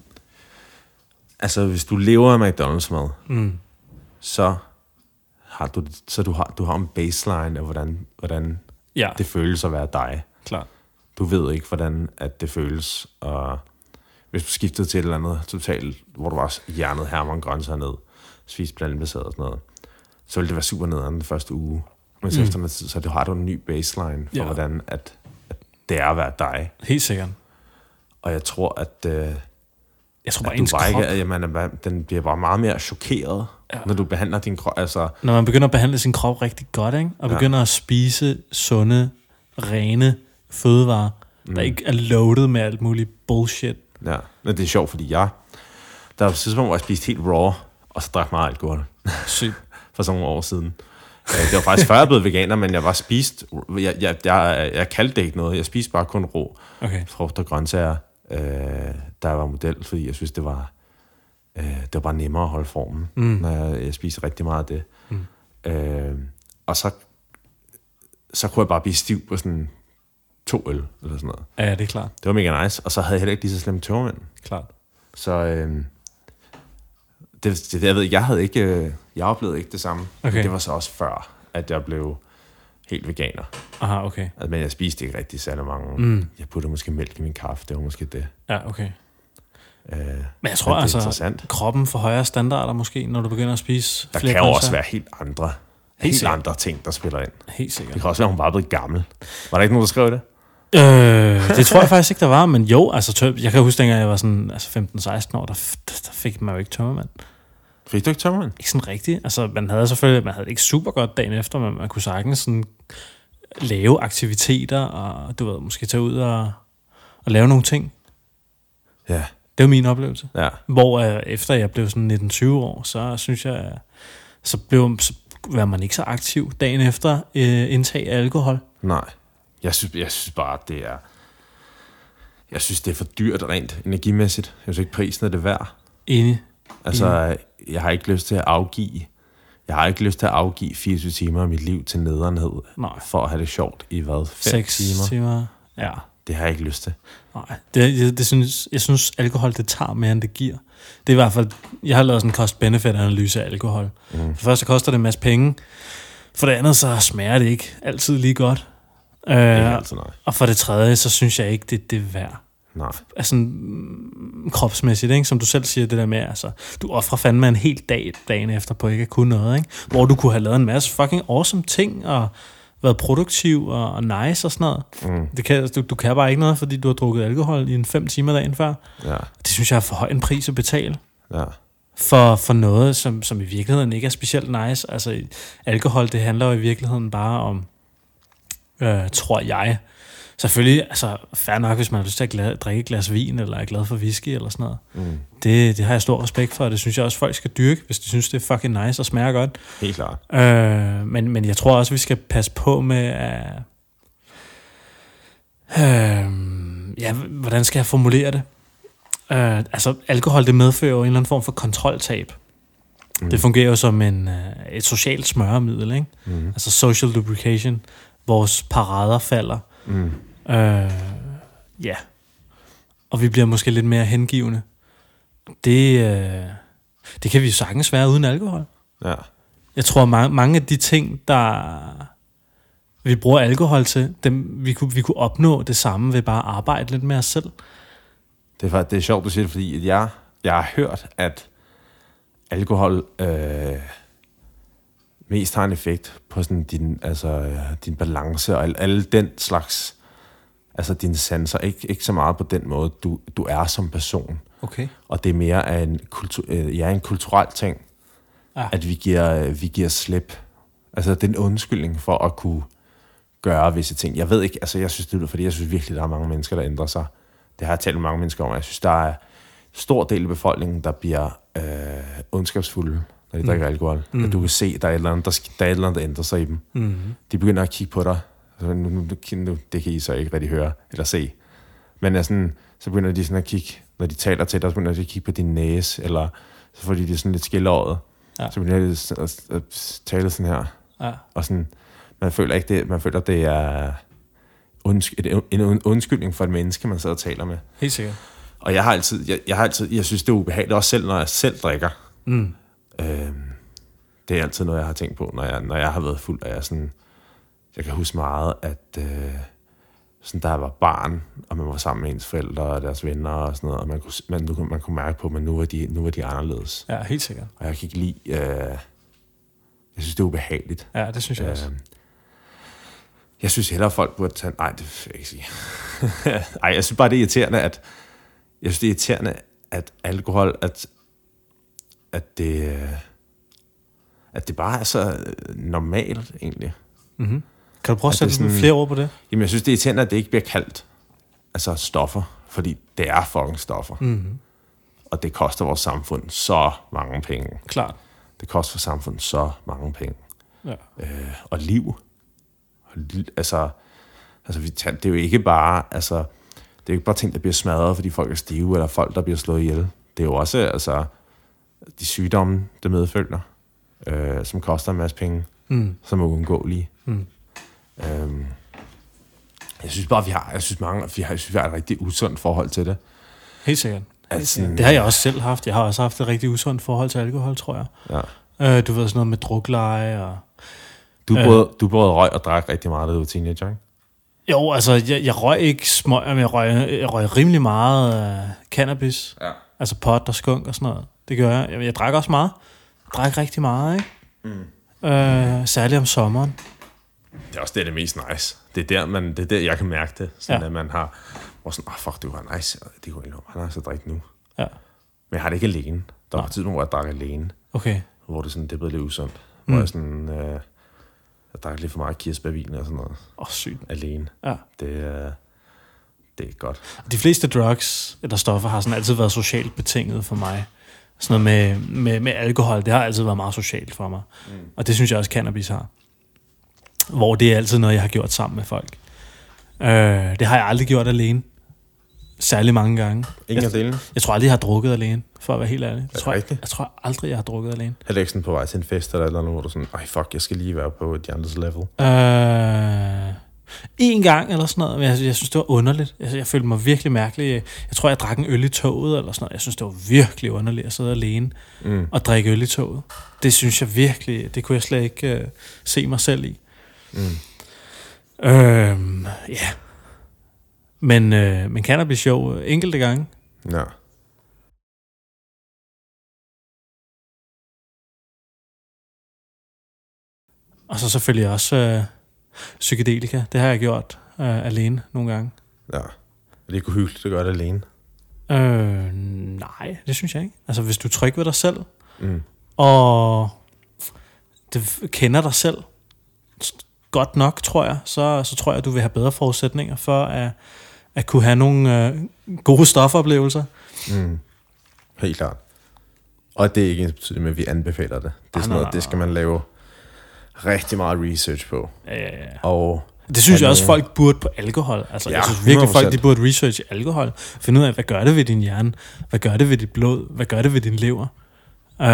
Altså, hvis du lever af McDonald's mad, mm. så har du, så du har, du har en baseline af, hvordan, hvordan ja. det føles at være dig. Klar. Du ved ikke, hvordan at det føles. Og hvis du skiftede til et eller andet totalt, hvor du var hjernet Herman grøntsager ned, spist plantebaseret og sådan noget, så ville det være super nederen den første uge. Men så mm. efter noget tid, så det har du en ny baseline for, ja. hvordan at, at det er at være dig. Helt sikkert. Og jeg tror, at... Øh, Jeg tror bare, at du bare ikke, at man, den bliver bare meget mere chokeret, ja. når du behandler din krop. Altså. Når man begynder at behandle sin krop rigtig godt, ikke? Og ja. begynder at spise sunde, rene fødevarer, mm. der ikke er loaded med alt muligt bullshit. Ja, men det er sjovt, fordi jeg, der var et tidspunkt, hvor jeg spiste helt raw, og så drak meget alkohol. Sygt. For sådan nogle år siden. Det var faktisk før jeg blev veganer, men jeg var spist, jeg, jeg, jeg, jeg kaldte det ikke noget, jeg spiste bare kun rå. Okay. Frugt og grøntsager. Øh, der var model, fordi jeg synes, det var, øh, det var bare nemmere at holde formen, mm. når jeg, jeg spiser rigtig meget af det. Mm. Øh, og så, så kunne jeg bare blive stiv på sådan to øl, eller sådan noget. Ja, det er klart. Det var mega nice, og så havde jeg heller ikke lige så slemme tørmænd. Klart. Så øh, det, det, jeg ved jeg havde ikke, øh, jeg oplevede ikke det samme. Okay. Men det var så også før, at jeg blev helt veganer. Aha, okay. Altså, men jeg spiste ikke rigtig særlig mange. Mm. Jeg puttede måske mælk i min kaffe, det var måske det. Ja, okay. Øh, men jeg tror altså, kroppen får højere standarder måske, når du begynder at spise der flere kan jo grøntsager. også være helt andre, helt, helt andre ting, der spiller ind. Helt sikkert. Det kan også være, hun bare er blevet gammel. Var der ikke nogen, der skrev det? Øh, det tror jeg faktisk ikke, der var, men jo, altså tør, jeg kan huske, dengang jeg var sådan altså femten seksten år, der, der fik man jo ikke tømmermand. Fik du ikke tømmermand? Ikke sådan rigtigt. Altså, man havde selvfølgelig, man havde det ikke super godt dagen efter, men man kunne sagtens sådan lave aktiviteter, og du ved, måske tage ud og, og lave nogle ting. Ja. Det var min oplevelse. Ja. Hvor øh, efter jeg blev sådan nitten tyve år, så synes jeg, så blev så var man ikke så aktiv dagen efter øh, indtag af alkohol. Nej. Jeg synes, jeg synes bare, at det er... Jeg synes, det er for dyrt rent energimæssigt. Jeg synes ikke, prisen er det værd. Enig. Altså, Enig. jeg har ikke lyst til at afgive... Jeg har ikke lyst til at afgive fireogtyve timer af mit liv til nederenhed. Nej. For at have det sjovt i hvad? fem Seks timer? timer? Ja. Det har jeg ikke lyst til. Nej. Det, det, det synes, jeg synes, alkohol, det tager mere, end det giver. Det er i hvert fald... Jeg har lavet sådan en cost-benefit-analyse af alkohol. Mm. For det første koster det en masse penge. For det andet, så smager det ikke altid lige godt. Uh, altid, og for det tredje, så synes jeg ikke, det, det er værd. Nej. Altså kropsmæssigt, ikke? Som du selv siger, det der med, altså, du offrer fandme en hel dag dagen efter på ikke at kunne noget, ikke? Hvor du kunne have lavet en masse fucking awesome ting, og været produktiv og, og nice og sådan noget. Mm. Det kan, du, du kan bare ikke noget, fordi du har drukket alkohol i en fem timer dagen før. Ja. Det synes jeg er for høj en pris at betale. Ja. For, for noget, som, som i virkeligheden ikke er specielt nice. Altså, alkohol, det handler jo i virkeligheden bare om, øh, tror jeg, selvfølgelig, altså, fair nok, hvis man har lyst til at glad, drikke et glas vin, eller er glad for whisky, eller sådan noget. Mm. Det, det har jeg stor respekt for, og det synes jeg også, folk skal dyrke, hvis de synes, det er fucking nice og smager godt. Helt klart. Øh, men, men jeg tror også, vi skal passe på med, at... Øh, ja, hvordan skal jeg formulere det? Øh, altså, alkohol, det medfører jo en eller anden form for kontroltab. Mm. Det fungerer jo som en, et socialt smøremiddel, ikke? Mm. Altså social lubrication. Vores parader falder. Mm. Øh, ja. Og vi bliver måske lidt mere hengivende. Det, øh, det kan vi jo sagtens være uden alkohol. Ja. Jeg tror, mange, mange af de ting, der vi bruger alkohol til, dem, vi, kunne, vi kunne opnå det samme ved bare at arbejde lidt med os selv. Det er, faktisk, det er sjovt, du siger det, fordi jeg, jeg har hørt, at alkohol øh, mest har en effekt på sådan din, altså, din balance og alle, alle den slags, altså dine sanser. Ikke, ikke så meget på den måde, du, du er som person. Okay. Og det er mere af en, kultur, øh, ja, en kulturel ting, ah. at vi giver, vi giver slip. Altså det er en undskyldning for at kunne gøre visse ting. Jeg ved ikke, altså jeg synes det er, fordi jeg synes virkelig, der er mange mennesker, der ændrer sig. Det har jeg talt med mange mennesker om. Jeg synes, der er en stor del af befolkningen, der bliver øh, ondskabsfulde, når de mm. drikker alkohol. Mm. Og du kan se, der er et eller andet, der, der, er et eller andet, der ændrer sig i dem. Mm. De begynder at kigge på dig. Altså, nu, nu, nu, det kan I så ikke rigtig høre eller se. Men altså, så begynder de sådan at kigge, når de taler til dig, så begynder de at kigge på din næse, eller så får de det sådan lidt skillåret. Ja. Så begynder de at, at tale sådan her. Ja. Og sådan, man føler ikke det, man føler, det er Undsky- en undskyldning for et menneske, man sidder og taler med. Helt sikkert. Og jeg har altid, jeg, jeg har altid, jeg synes, det er ubehageligt, også selv, når jeg selv drikker. Mm. Øhm, det er altid noget, jeg har tænkt på, når jeg, når jeg har været fuld af sådan, jeg kan huske meget, at øh, sådan, da jeg var barn, og man var sammen med ens forældre og deres venner og sådan noget, og man kunne, man, man kunne mærke på, at nu var de, nu var de anderledes. Ja, helt sikkert. Og jeg kan ikke lide, øh, jeg synes, det er ubehageligt. Ja, det synes jeg også. Øh, Jeg synes hellere, folk burde tage... Nej, det vil jeg ikke sige. Ej, jeg synes bare, det er irriterende, at... Jeg synes, det er irriterende, at alkohol... At, at det... At det bare er så normalt, egentlig. Mm-hmm. Kan du prøve at sætte sådan, flere ord på det? Jamen, jeg synes, det er irriterende, at det ikke bliver kaldt altså stoffer. Fordi det er fucking stoffer. Mm-hmm. Og det koster vores samfund så mange penge. Klart. Det koster for samfundet så mange penge. Ja. Øh, og liv... Altså, altså det er jo ikke bare, altså, det er jo ikke bare ting, der bliver smadret, fordi folk er stive, eller folk, der bliver slået ihjel. Det er jo også, altså, de sygdomme, der medfølger, øh, som koster en masse penge, mm. som er uundgåelige. Mm. Øhm, jeg synes bare, vi har, jeg synes mange, vi har, jeg synes, vi har et rigtig usundt forhold til det. Helt sikkert. Altså, det har jeg også selv haft. Jeg har også haft et rigtig usundt forhold til alkohol, tror jeg. Ja. Øh, du ved, sådan noget med drukleje og... Du både, øh, du både røg og drak rigtig meget, da du var teenager, ikke? Jo, altså, jeg, jeg røg ikke smøg, men jeg røg, jeg røg rimelig meget uh, cannabis. Ja. Altså pot og skunk og sådan noget. Det gør jeg. Jeg, jeg drak også meget. Jeg drak rigtig meget, ikke? Mm. Øh, særligt om sommeren. Det er også det, det er mest nice. Det er der, man, det er der jeg kan mærke det. Sådan, ja. At man har... Hvor sådan, åh, oh, fuck, det var nice. Det kunne være nice at drikke nu. Ja. Men jeg har det ikke alene. Der var på tidspunkt, hvor jeg drak alene. Okay. Hvor det sådan, det blev lidt usundt. Mm. Hvor jeg sådan... Øh, Jeg drak lidt for meget kirsebærvin og sådan noget. Åh, oh, sygt. Alene. Ja. Det, øh, det er godt. De fleste drugs eller stoffer har sådan altid været socialt betinget for mig. Sådan noget med, med, med alkohol, det har altid været meget socialt for mig. Mm. Og det synes jeg også, cannabis har. Hvor det er altid noget, jeg har gjort sammen med folk. Øh, det har jeg aldrig gjort alene. Særlig mange gange. Ingen af delene? Jeg tror aldrig, jeg har drukket alene, for at være helt ærlig. Jeg tror, jeg, jeg tror aldrig, jeg har drukket alene. Heller ikke sådan på vej til en fest eller noget, hvor du sådan, ej fuck, jeg skal lige være på de andres level. Øh, en gang eller sådan noget, men jeg, jeg synes, det var underligt. Jeg, jeg følte mig virkelig mærkelig. Jeg, jeg tror, jeg drak en øl i toget eller sådan noget. Jeg synes, det var virkelig underligt at sidde alene mm. og drikke øl i toget. Det synes jeg virkelig, det kunne jeg slet ikke uh, se mig selv i. Mm. Øh, ja. Men, øh, men cannabis show enkelte gange. Ja. Og så selvfølgelig også øh, psykedelika. Det har jeg gjort øh, alene nogle gange. Ja, det er ikke uhyggeligt at gøre det alene. Øh, nej, det synes jeg ikke. Altså, hvis du er tryg ved dig selv, Mm. og det kender dig selv godt nok, tror jeg, så, så tror jeg, at du vil have bedre forudsætninger for at, at kunne have nogle øh, gode stofoplevelser. Mm. Helt klart. Og det er ikke ens betydning med, at vi anbefaler det. Det er sådan noget, det skal man lave rigtig meget research på. Ja, ja, ja. Og det synes jeg også, folk burde på alkohol. Altså, ja, jeg synes virkelig, folk de burde researche alkohol. Finde ud af, hvad gør det ved din hjerne? Hvad gør det ved dit blod? Hvad gør det ved din lever? Øh,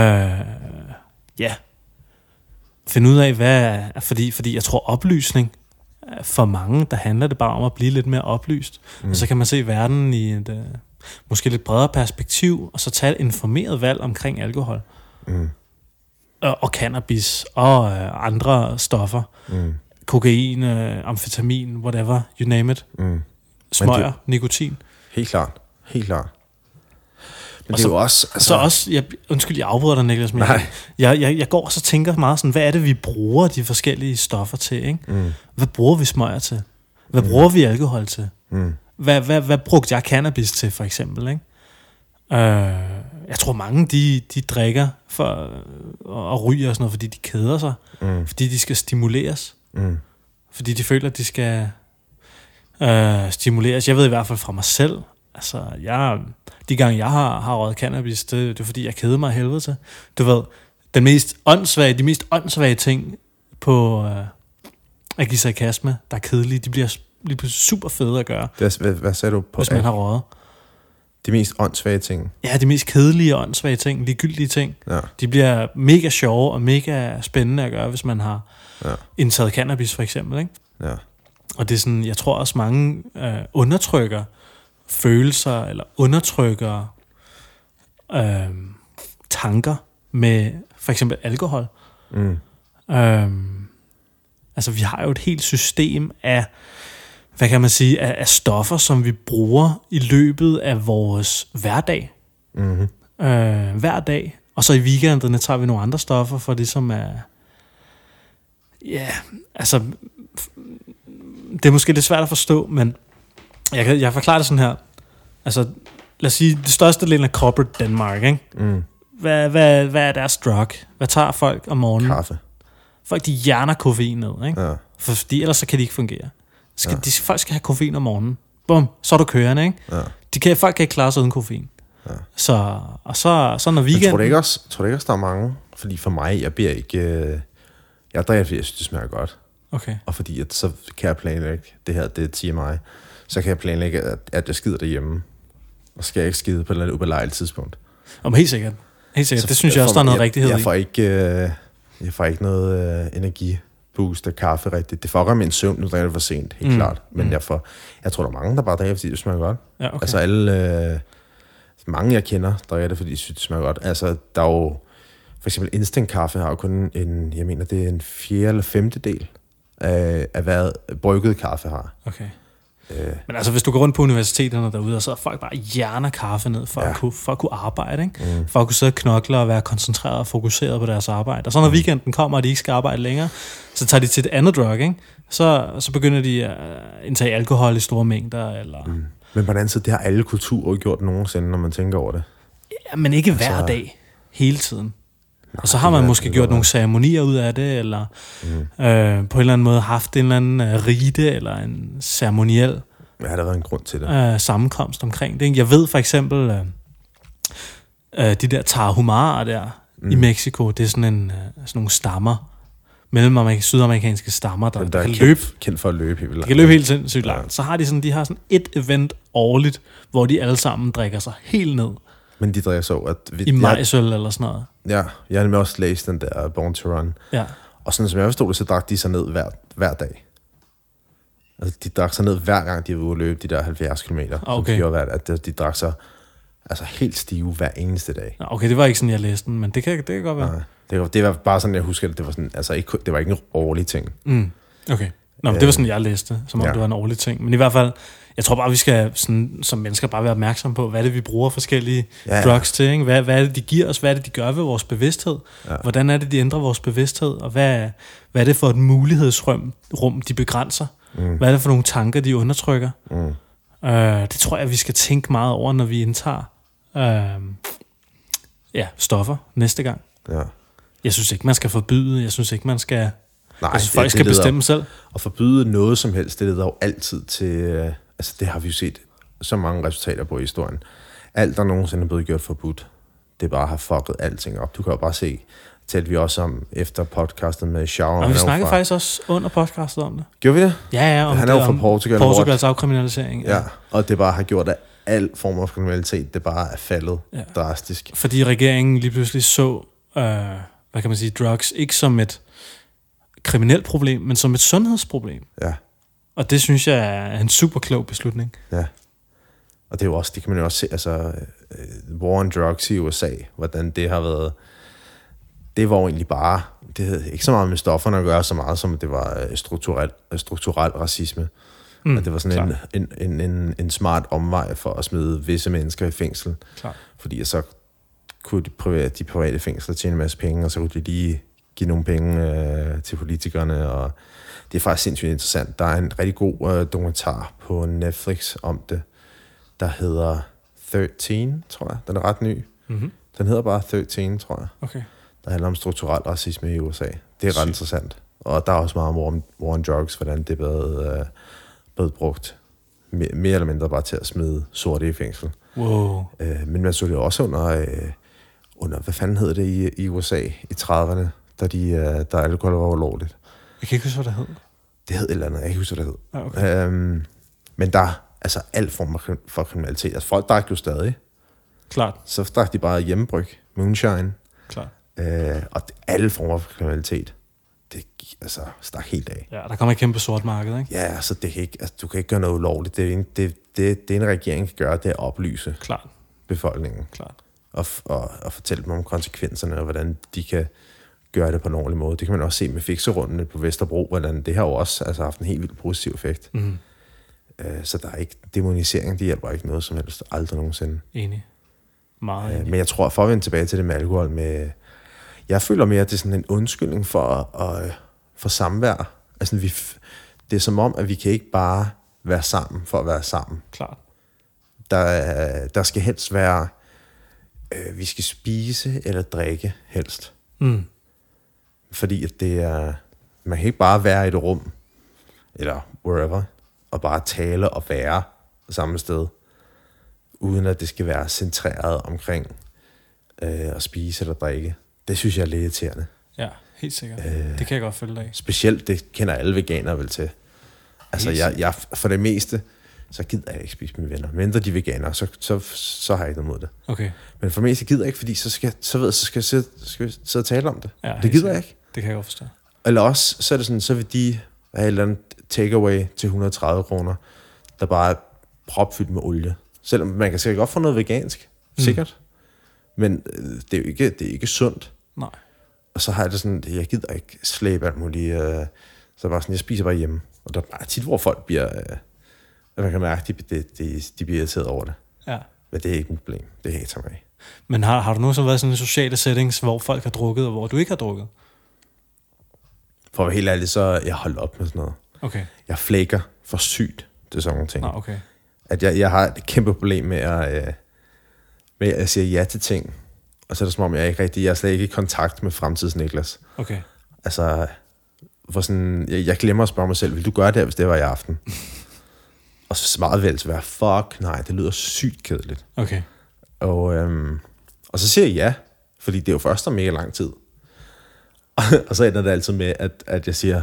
ja. Finde ud af, hvad... Fordi, fordi jeg tror, oplysning for mange, der handler det bare om at blive lidt mere oplyst. Mm. Og så kan man se verden i et uh, måske lidt bredere perspektiv, og så tage et informeret valg omkring alkohol. Mm. Og, og cannabis, og uh, andre stoffer. Mm. Kokain, uh, amfetamin, whatever, you name it. Mm. Smøger, det, nikotin. Helt klart, helt klart. Men og det så, er jo også... Altså... Så også, jeg, undskyld, jeg afbryder dig, Niklas, men jeg, jeg, jeg, jeg går og så tænker meget sådan, hvad er det, vi bruger de forskellige stoffer til, ikke? Mm. Hvad bruger vi smøger til? Hvad mm. bruger vi alkohol til? Mm. Hvad, hvad, hvad brugte jeg cannabis til, for eksempel, ikke? Uh, jeg tror, mange, de, de drikker for, og, og ryger og sådan noget, fordi de keder sig. Mm. Fordi de skal stimuleres. Mm. Fordi de føler, at de skal uh, stimuleres. Jeg ved i hvert fald fra mig selv, altså, jeg, de gange, jeg har, har røget cannabis, det, det er fordi, jeg keder mig af helvede til. Du ved, den mest åndssvage, de mest åndssvage ting på uh, at give sig i kast med, der er kedelige, de bliver lige pludselig super fede at gøre. Det er, hvad, hvad sagde du på? Hvis man har røget. De mest åndssvage ting? Ja, de mest kedelige og åndssvage ting, ligegyldige ting. Ja. De bliver mega sjove og mega spændende at gøre, hvis man har ja. indtaget cannabis, for eksempel. Ikke? Ja. Og det er sådan, jeg tror også mange øh, undertrykker følelser, eller undertrykker øh, tanker med for eksempel alkohol. Mm. Øh, altså, vi har jo et helt system af, hvad kan man sige, af, af stoffer, som vi bruger i løbet af vores hverdag. Mm-hmm. Øh, hver dag. Og så i weekenderne tager vi nogle andre stoffer, for det som er... Ja, altså... Det er måske lidt svært at forstå, men jeg kan jeg forklarer det sådan her. Altså, lad os sige, det største del af corporate Danmark, ikke? Mm. Hvad, hvad, hvad er deres drug? Hvad tager folk om morgenen? Kaffe. Folk, de hjerner koffein ned, ikke? Ja. For, fordi ellers så kan de ikke fungere. Skal, ja. de, folk skal have koffein om morgenen. Bum, så er du kørende, ikke? Ja. De kan, folk kan ikke klare sig uden koffein. Ja. Så, og så, så når weekenden... Men tror du ikke også, tror du ikke også, der er mange? Fordi for mig, jeg bliver ikke... Øh, jeg drikker, fordi jeg synes, det smager godt. Okay. Og fordi, at så kan jeg planlægge, det her, det er T M I, så kan jeg planlægge, at, at jeg skider derhjemme. Og skal jeg ikke skide på et eller andet ubelejligt tidspunkt. Om helt sikkert. Helt sikkert. Så det synes jeg også, der er noget jeg, rigtighed jeg i. Får ikke, øh, jeg får ikke noget øh, energiboost af kaffe rigtigt. Det fucker min søvn, nu drikker det for sent, helt mm. klart. Men mm. jeg, får, jeg tror, der er mange, der bare drikker, fordi det smager godt. Ja, okay. Altså alle... Øh, mange, jeg kender, drikker det, fordi de synes, det smager godt. Altså, der er jo... For eksempel instant kaffe har jo kun en... Jeg mener, det er en fjerde eller femte del af, af hvad brygget kaffe har. Okay. Øh. Men altså, hvis du går rundt på universiteterne derude, og så er folk bare hjerner kaffe ned, for, ja. at, kunne, for at kunne arbejde, ikke? Mm. For at kunne sidde og knokle og være koncentreret og fokuseret på deres arbejde. Og så når mm. weekenden kommer, og de ikke skal arbejde længere, så tager de til et andet drug, ikke? Så, så begynder de at indtage alkohol i store mængder, eller... Mm. Men på den anden side, det har alle kulturer gjort nogensinde, når man tænker over det. Ja, men ikke hver altså... dag, hele tiden. Nej, og så har man måske gjort nogle ceremonier ud af det, eller mm. øh, på en eller anden måde haft en eller anden uh, rite, eller en ceremoniel ja, der har været en grund til det. Uh, sammenkomst omkring det. Jeg ved for eksempel, uh, uh, de der Tarahumarer der mm. i Mexico, det er sådan, en, uh, sådan nogle stammer, mellem sydamerikanske stammer, der, der kan kendt, løbe, kendt for at løbe helt langt. De kan løbe helt sindssygt langt. Ja. Så har de sådan, de har sådan et event årligt, hvor de alle sammen drikker sig helt ned. Men de drikker så, at... Vi, I majsøl eller sådan noget. Ja, jeg har nemlig også læst den der Born to Run. Ja. Og sådan som jeg forstod det, så drak de sig ned hver, hver dag. Altså, de drak sig ned hver gang, de var ude at løbe de der halvfjerds kilometer. Okay. Som gjorde, at de, de drak sig altså, helt stive hver eneste dag. Okay, det var ikke sådan, jeg læste den, men det kan, det kan godt være. Nej, det, var, det var bare sådan, jeg husker, at det var, sådan, altså, ikke, det var ikke en årlig ting. Mm. Okay. Nå, men det var sådan, jeg læste, som om øh, det var en årlig ting. Men i hvert fald, Jeg tror bare, vi skal sådan, som mennesker bare være opmærksomme på, hvad er det, vi bruger forskellige ja, ja. drugs til. Ikke? Hvad, hvad er det, de giver os? Hvad er det, de gør ved vores bevidsthed? Ja. Hvordan er det, de ændrer vores bevidsthed? Og hvad, hvad er det for et mulighedsrum, rum, de begrænser? Mm. Hvad er det for nogle tanker, de undertrykker? Mm. Øh, det tror jeg, vi skal tænke meget over, når vi indtager øh, ja, stoffer næste gang. Ja. Jeg synes ikke, man skal forbyde. Jeg synes ikke, man skal... Nej, jeg synes, folk det, skal det bestemme selv. At forbyde noget som helst, det leder jo altid til... Øh, altså, det har vi jo set så mange resultater på i historien. Alt, der nogensinde er blevet gjort forbudt, det er bare at have fucket alting op. Du kan jo bare se, talte vi også om efter podcastet med Shaw. Og vi snakkede fra... faktisk også under podcastet om det. Gjorde vi det? Ja, ja. Om han er det, jo fra Portugal. Portugals afkriminalisering. Ja. ja, og det bare har gjort, at al form for kriminalitet, det bare er faldet ja. drastisk. Fordi regeringen lige pludselig så, øh, hvad kan man sige, drugs, ikke som et kriminelt problem, men som et sundhedsproblem. Ja. Og det synes jeg er en super klog beslutning. Ja. Og det er jo også, det kan man jo også se, altså uh, war on drugs i U S A, hvordan det har været, det var jo egentlig bare, det havde ikke så meget med stofferne at gøre, så meget som det var strukturel, strukturel racisme. Mm, at det var sådan en, en, en, en smart omvej for at smide visse mennesker i fængsel. Klar. Fordi så kunne de private, de private fængsler tjene en masse penge, og så kunne de lige give nogle penge øh, til politikerne, og det er faktisk sindssygt interessant. Der er en rigtig god øh, dokumentar på Netflix om det, der hedder tretten, tror jeg. Den er ret ny. Mm-hmm. Den hedder bare tretten, tror jeg. Okay. Der handler om strukturel racisme i U S A. Det er Sygt. ret interessant. Og der er også meget om war on drugs, hvordan det er blevet, øh, blevet brugt mere, mere eller mindre bare til at smide sorte i fængsel. Wow. Øh, men man så det også under, øh, under, hvad fanden hed det i, i U S A i trediverne, da de, øh, der alkohol var ulovligt. Jeg kan ikke huske, hvad det hed. Det hed et eller andet, jeg kan ikke huske, hvad det hed. Ah, okay. øhm, men der, altså alt form for kriminalitet. Altså folk drak jo stadig. Klart. Så drak de bare hjemmebryg, moonshine. Klart. Øh, og det, alle former for kriminalitet, det altså, stak helt af. Ja, der kommer et kæmpe sort marked, ikke? Ja, altså, det kan ikke, altså du kan ikke gøre noget ulovligt. Det, det, det, det, det en regering kan gøre, det er at oplyse Klart. befolkningen. Klart. Og, og, og fortælle dem om konsekvenserne, og hvordan de kan gøre det på en ordentlig måde. Det kan man også se med fikserundene på Vesterbro, hvordan det har jo også altså, haft en helt vildt positiv effekt. Mm. Uh, så der er ikke demonisering, det hjælper ikke noget som helst, aldrig nogensinde. Enig. Meget enig. Uh, men jeg tror, for at vende tilbage til det med alkohol, med, jeg føler mere, at det er sådan en undskyldning for, uh, for samvær. Altså, vi, det er som om, at vi kan ikke bare være sammen for at være sammen. Klart. Der, der skal helst være, uh, vi skal spise eller drikke helst. Mm. Fordi at det er, man kan ikke bare være i et rum, eller wherever, og bare tale og være samme sted, uden at det skal være centreret omkring øh, at spise eller drikke. Det synes jeg er lidt irriterende. Ja, helt sikkert. Øh, det kan jeg godt følge dig af. Specielt, det kender alle veganere vel til. Altså, jeg, jeg, for det meste, så gider jeg ikke spise med venner. Mindre de veganere, så, så, så har jeg ikke noget mod det. Okay. Men for det meste gider jeg ikke, fordi så skal, så ved, så skal jeg sidde, skal jeg sidde og tale om det. Ja, det gider jeg ikke. Det kan jeg godt forstå. Eller også, så er det sådan, så vil de have et eller andet takeaway til et hundrede og tredive kroner, der bare er propfyldt med olie. Selvom man kan sikkert godt få noget vegansk, mm. sikkert. Men det er jo ikke, det er ikke sundt. Nej. Og så har jeg det sådan, jeg gider ikke slæbe alt muligt. Øh, så bare sådan, jeg spiser bare hjemme. Og der er tit, hvor folk bliver, øh, man kan mærke, de, de, de, de bliver irriteret over det. Ja. Men det er ikke mit problem. Det er helt så mig. Men har, har du nogensinde været i sådan en sociale settings, hvor folk har drukket, og hvor du ikke har drukket? For at være helt ærlig, så er jeg holdt op med sådan noget. Okay. Jeg flækker for sygt til sådan nogle ting. Ah, okay. At jeg, jeg har et kæmpe problem med at, øh, med at sige ja til ting. Og så er det som om, jeg ikke rigtig, jeg er slet ikke i kontakt med fremtids Niklas. Okay. Altså, for sådan, jeg, jeg glemmer at spørge mig selv, vil du gøre det, hvis det var i aften? Og så meget vel til at være, fuck, nej, det lyder sygt kedeligt. Okay. Og, øhm, og så siger jeg ja, fordi det er jo først om mega lang tid. Og så ender det altid med, at, at jeg siger,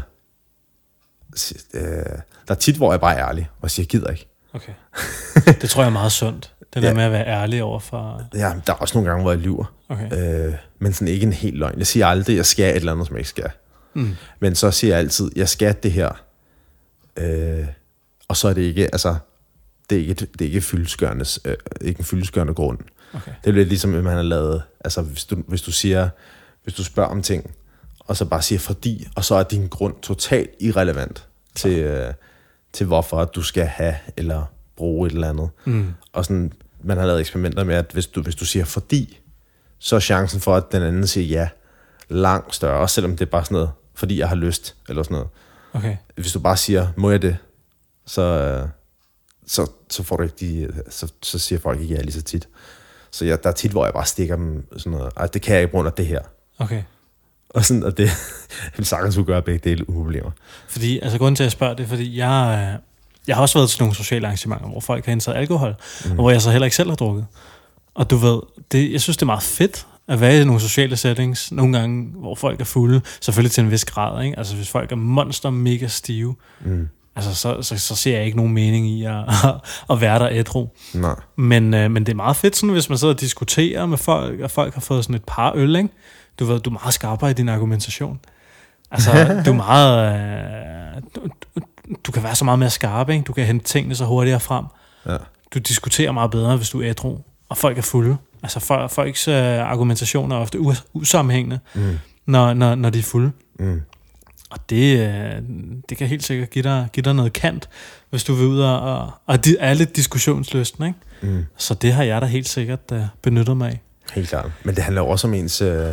øh, der er tit, hvor jeg bare er ærlig, og siger, jeg gider ikke. Okay. Det tror jeg er meget sundt. Det der ja. med at være ærlig over for... Ja, der er også nogle gange, hvor jeg lyver. Okay. Øh, men sådan ikke en helt løgn. Jeg siger aldrig, jeg skal et eller andet, som jeg ikke skal. Mm. Men så siger jeg altid, jeg skal det her. Øh, og så er det ikke, altså, det er ikke, det er ikke, fyldeskørende, øh, ikke en fyldeskørende grund. Okay. Det er lidt ligesom, at man har lavet, altså hvis du, hvis du siger, hvis du spørger om ting, og så bare siger fordi, og så er din grund totalt irrelevant til, øh, til hvorfor du skal have, eller bruge et eller andet. Mm. Og sådan, man har lavet eksperimenter med, at hvis du, hvis du siger fordi, så er chancen for, at den anden siger ja, langt større, også selvom det er bare sådan noget, fordi jeg har lyst, eller sådan noget. Okay. Hvis du bare siger, må jeg det, så, så, så får du ikke de, så, så siger folk ikke ja lige så tit. Så jeg, der er tit, hvor jeg bare stikker dem sådan noget, ej, det kan jeg ikke på grund af det her. Okay. Og sådan, og det vil sagtens kunne gøre begge dele uden problemer. Fordi, altså grunden til, at jeg spørger, det er, fordi jeg, jeg har også været til nogle sociale arrangementer, hvor folk har indtaget alkohol, mm. og hvor jeg så heller ikke selv har drukket. Og du ved, det, jeg synes, det er meget fedt at være i nogle sociale settings, nogle gange, hvor folk er fulde, selvfølgelig til en vis grad, ikke? Altså hvis folk er monster mega stive, mm. altså så, så, så ser jeg ikke nogen mening i at, at være der ædru. Nej. Men, øh, men det er meget fedt, sådan, hvis man sidder og diskuterer med folk, og folk har fået sådan et par øl, ikke? Du ved, du er meget skarpere i din argumentation. Altså, du er meget... Øh, du, du, du kan være så meget mere skarp, ikke? Du kan hente tingene så hurtigere frem. Ja. Du diskuterer meget bedre, hvis du er ædru, og folk er fulde. Altså, folk, folks øh, argumentationer er ofte us- usammenhængende, mm. når, når, når de er fulde. Mm. Og det, øh, det kan helt sikkert give dig, give dig noget kant, hvis du vil ud og, og, og er lidt diskussionslysten, ikke? Mm. Så det har jeg da helt sikkert uh, benyttet mig af. Helt klart. Men det handler jo også om ens... Øh,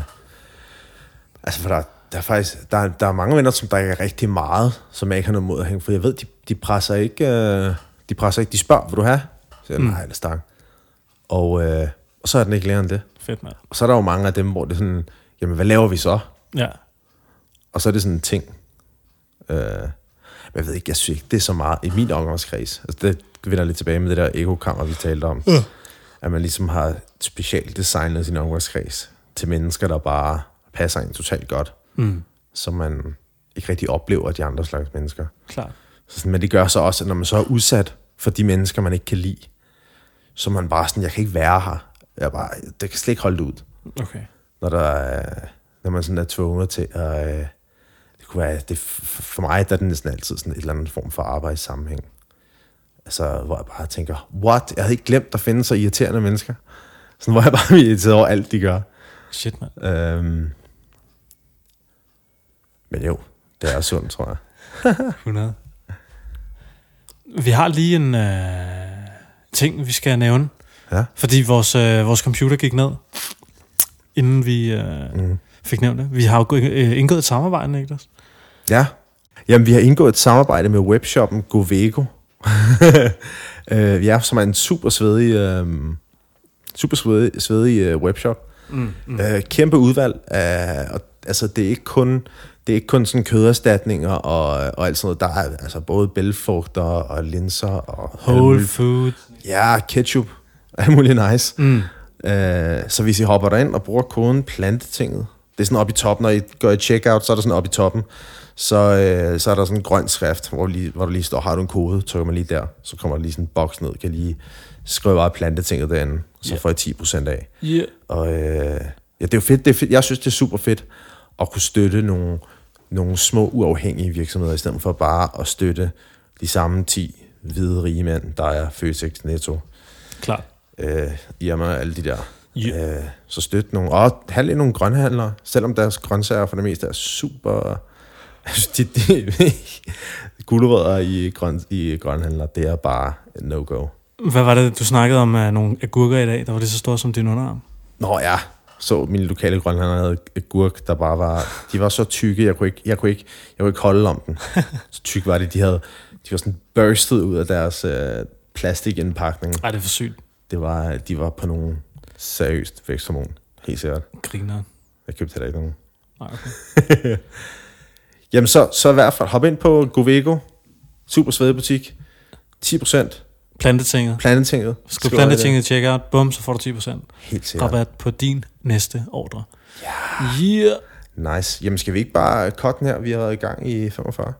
altså, for der, der er faktisk... Der, der er mange venner, som drikker rigtig meget, som jeg ikke har noget mod at hænge. For jeg ved, de, de presser ikke... Øh, de presser ikke... De spørger, vil du have? Så jeg, mm. nej, eller stang. Og, øh, og så er den ikke længere end det. Fedt, mand. Og så er der jo mange af dem, hvor det er sådan... Jamen, hvad laver vi så? Ja. Og så er det sådan en ting. Øh, men jeg ved ikke, jeg synes ikke, det er så meget i min omgangskreds. Altså, det vender lidt tilbage med det der ekokammer, vi talte om. Uh. At man ligesom har specielt designet sin omgangskreds til mennesker, der bare passer ind totalt godt. Mm. Så man ikke rigtig oplever de andre slags mennesker. Klart. Så sådan, men det gør så også, at når man så er udsat for de mennesker, man ikke kan lide, så man bare sådan, jeg kan ikke være her. Jeg bare, det kan slet ikke holde det ud. Okay. Når, der er, når man sådan er tvunget til at... Det kunne være, det, for mig der er det næsten altid sådan et eller andet form for arbejdssammenhæng. Altså, hvor jeg bare tænker, what? Jeg havde ikke glemt, der findes så irriterende mennesker. Sådan, hvor jeg bare er irriteret over alt, de gør. Shit, mand. Øhm, men jo, det er sundt, tror jeg. hundrede. Vi har lige en øh, ting, vi skal nævne. Ja. Fordi vores, øh, vores computer gik ned, inden vi øh, mm. fik nævnt det. Vi har jo øh, indgået et samarbejde, Niklas. Ja. Jamen, vi har indgået et samarbejde med webshoppen Govego. øh, ja, som er en super svedig, øh, super svedig, svedig øh, webshop. Mm, mm. Øh, kæmpe udvalg af, og, altså det er ikke kun det er ikke kun sådan køderstatninger og, og alt sådan noget. Der er altså både bælgfrugter og linser og whole food. Ja, ketchup. Alt muligt nice. Mm. Øh, så hvis I hopper derind og bruger koden plantetinget, det er sådan oppe i toppen, når I går i checkout, så er der sådan oppe i toppen, så, øh, så er der sådan en grøn skrift, hvor, lige, hvor der lige står, har du en kode, trykker man lige der, så kommer der lige sådan en boks ned, kan lige skrive bare plantetinget derinde, så yeah. får I ti procent af. Yeah. Og øh, ja, det er jo fedt, det er fedt, jeg synes, det er super fedt at kunne støtte nogle, nogle små uafhængige virksomheder, i stedet for bare at støtte de samme ti hvide rige mænd, der er Føtex, Netto. Klart. Øh, Irma og alle de der. Yeah. Øh, så støtte nogle, og handle nogle grønhandlere, selvom deres grøntsager for det meste er super... de, de, gulerødder i, grøn, i grønhandler, det er bare no-go. Hvad var det, du snakkede om af nogle agurker i dag, der var det så store som din underarm? Nå ja, så mine lokale grønhandler havde agurk, der bare var... De var så tykke, jeg kunne ikke, jeg kunne ikke, jeg kunne ikke holde om den. Så tykke var de, de havde... De var sådan burstet ud af deres øh, plastikindpakning. Ej, det er for sygt. Det var, de var på nogle seriøst væksthormon. Helt sikkert. Griner. Jeg købte heller ikke nogen. Nej, okay. Jamen så, så i hvert fald, hop ind på Govego. Super svedig butik. ti procent. Plantetinget. Plantetinget. Skriv plantetinget, check out. Bum, så får du ti procent. Helt sikkert. Rabat på din næste ordre. Ja. Yeah. Nice. Jamen skal vi ikke bare cutte den her? Vi har været i gang i femogfyrre.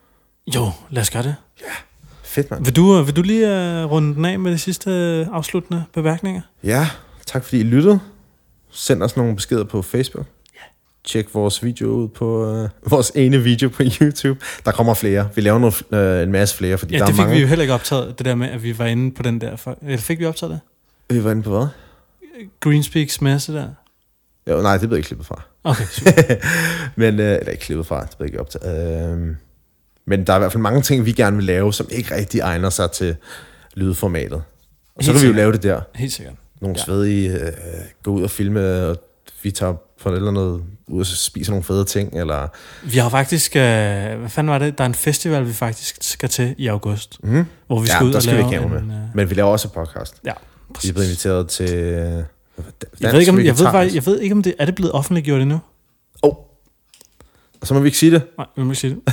Jo, lad os gøre det. Ja. Fedt, mand. Vil du, vil du lige uh, runde den af med de sidste uh, afsluttende bemærkninger? Ja, tak fordi I lyttede. Send os nogle beskeder på Facebook. Ja. Tjek vores video ud på uh, vores ene video på YouTube. Der kommer flere. Vi laver noget, uh, en masse flere, fordi ja, der det er fik mange. Vi jo heller ikke optaget, det der med, at vi var inde på den der... For... Eller fik vi optaget det? Vi var inde på hvad? Greenspeaks masse der. Jo, nej, det blev ikke klippet fra. Okay, super. Men, uh, eller ikke klippet fra, det blev ikke optaget. Uh, men der er i hvert fald mange ting, vi gerne vil lave, som ikke rigtig egner sig til lydformatet. Og så kan vi jo lave det der. Helt sikkert. Nogle ja. svedige, øh, gå ud og filme, og vi tager på eller noget ud og spiser nogle fede ting, eller... Vi har faktisk... Øh, hvad fanden var det? Der er en festival, vi faktisk skal til i august, mm. hvor vi skal ja, ud der og skal lave vi ikke en... med. Øh... Men vi laver også podcast. Ja, præcis. Vi er blevet inviteret til... Øh, jeg ved ikke, om, jeg ved, faktisk, jeg ved ikke, om det er det blevet offentliggjort endnu. Åh. Oh. Og så må vi ikke sige det. Nej, vi må ikke sige det.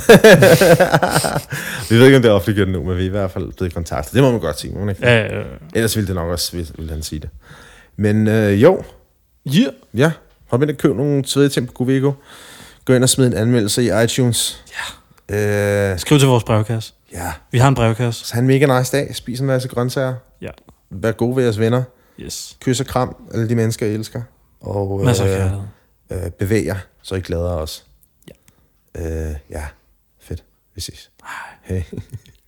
Vi ved ikke, om det er offentliggjort endnu, men vi er i hvert fald blevet kontaktet. Det må man godt sige, må man ikke? Ja, øh... Ellers ville det nok også, ville han sige det. Men øh, jo. Yeah. Ja. Hop ind og køb nogle svedige ting på Govigo. Gå ind og smid en anmeldelse i iTunes. Ja. Øh, Skriv til vores brevkasse. Ja. Vi har en brevkasse. Så have en mega nice dag. Spis en masse grøntsager. Ja. Vær gode ved jeres venner. Yes. Kys og kram alle de mennesker, I elsker. Og masser af kærlighed. Øh, bevæg jer, så I glæder os. Ja. Øh, ja. Fedt. Vi ses. Hej. Hey.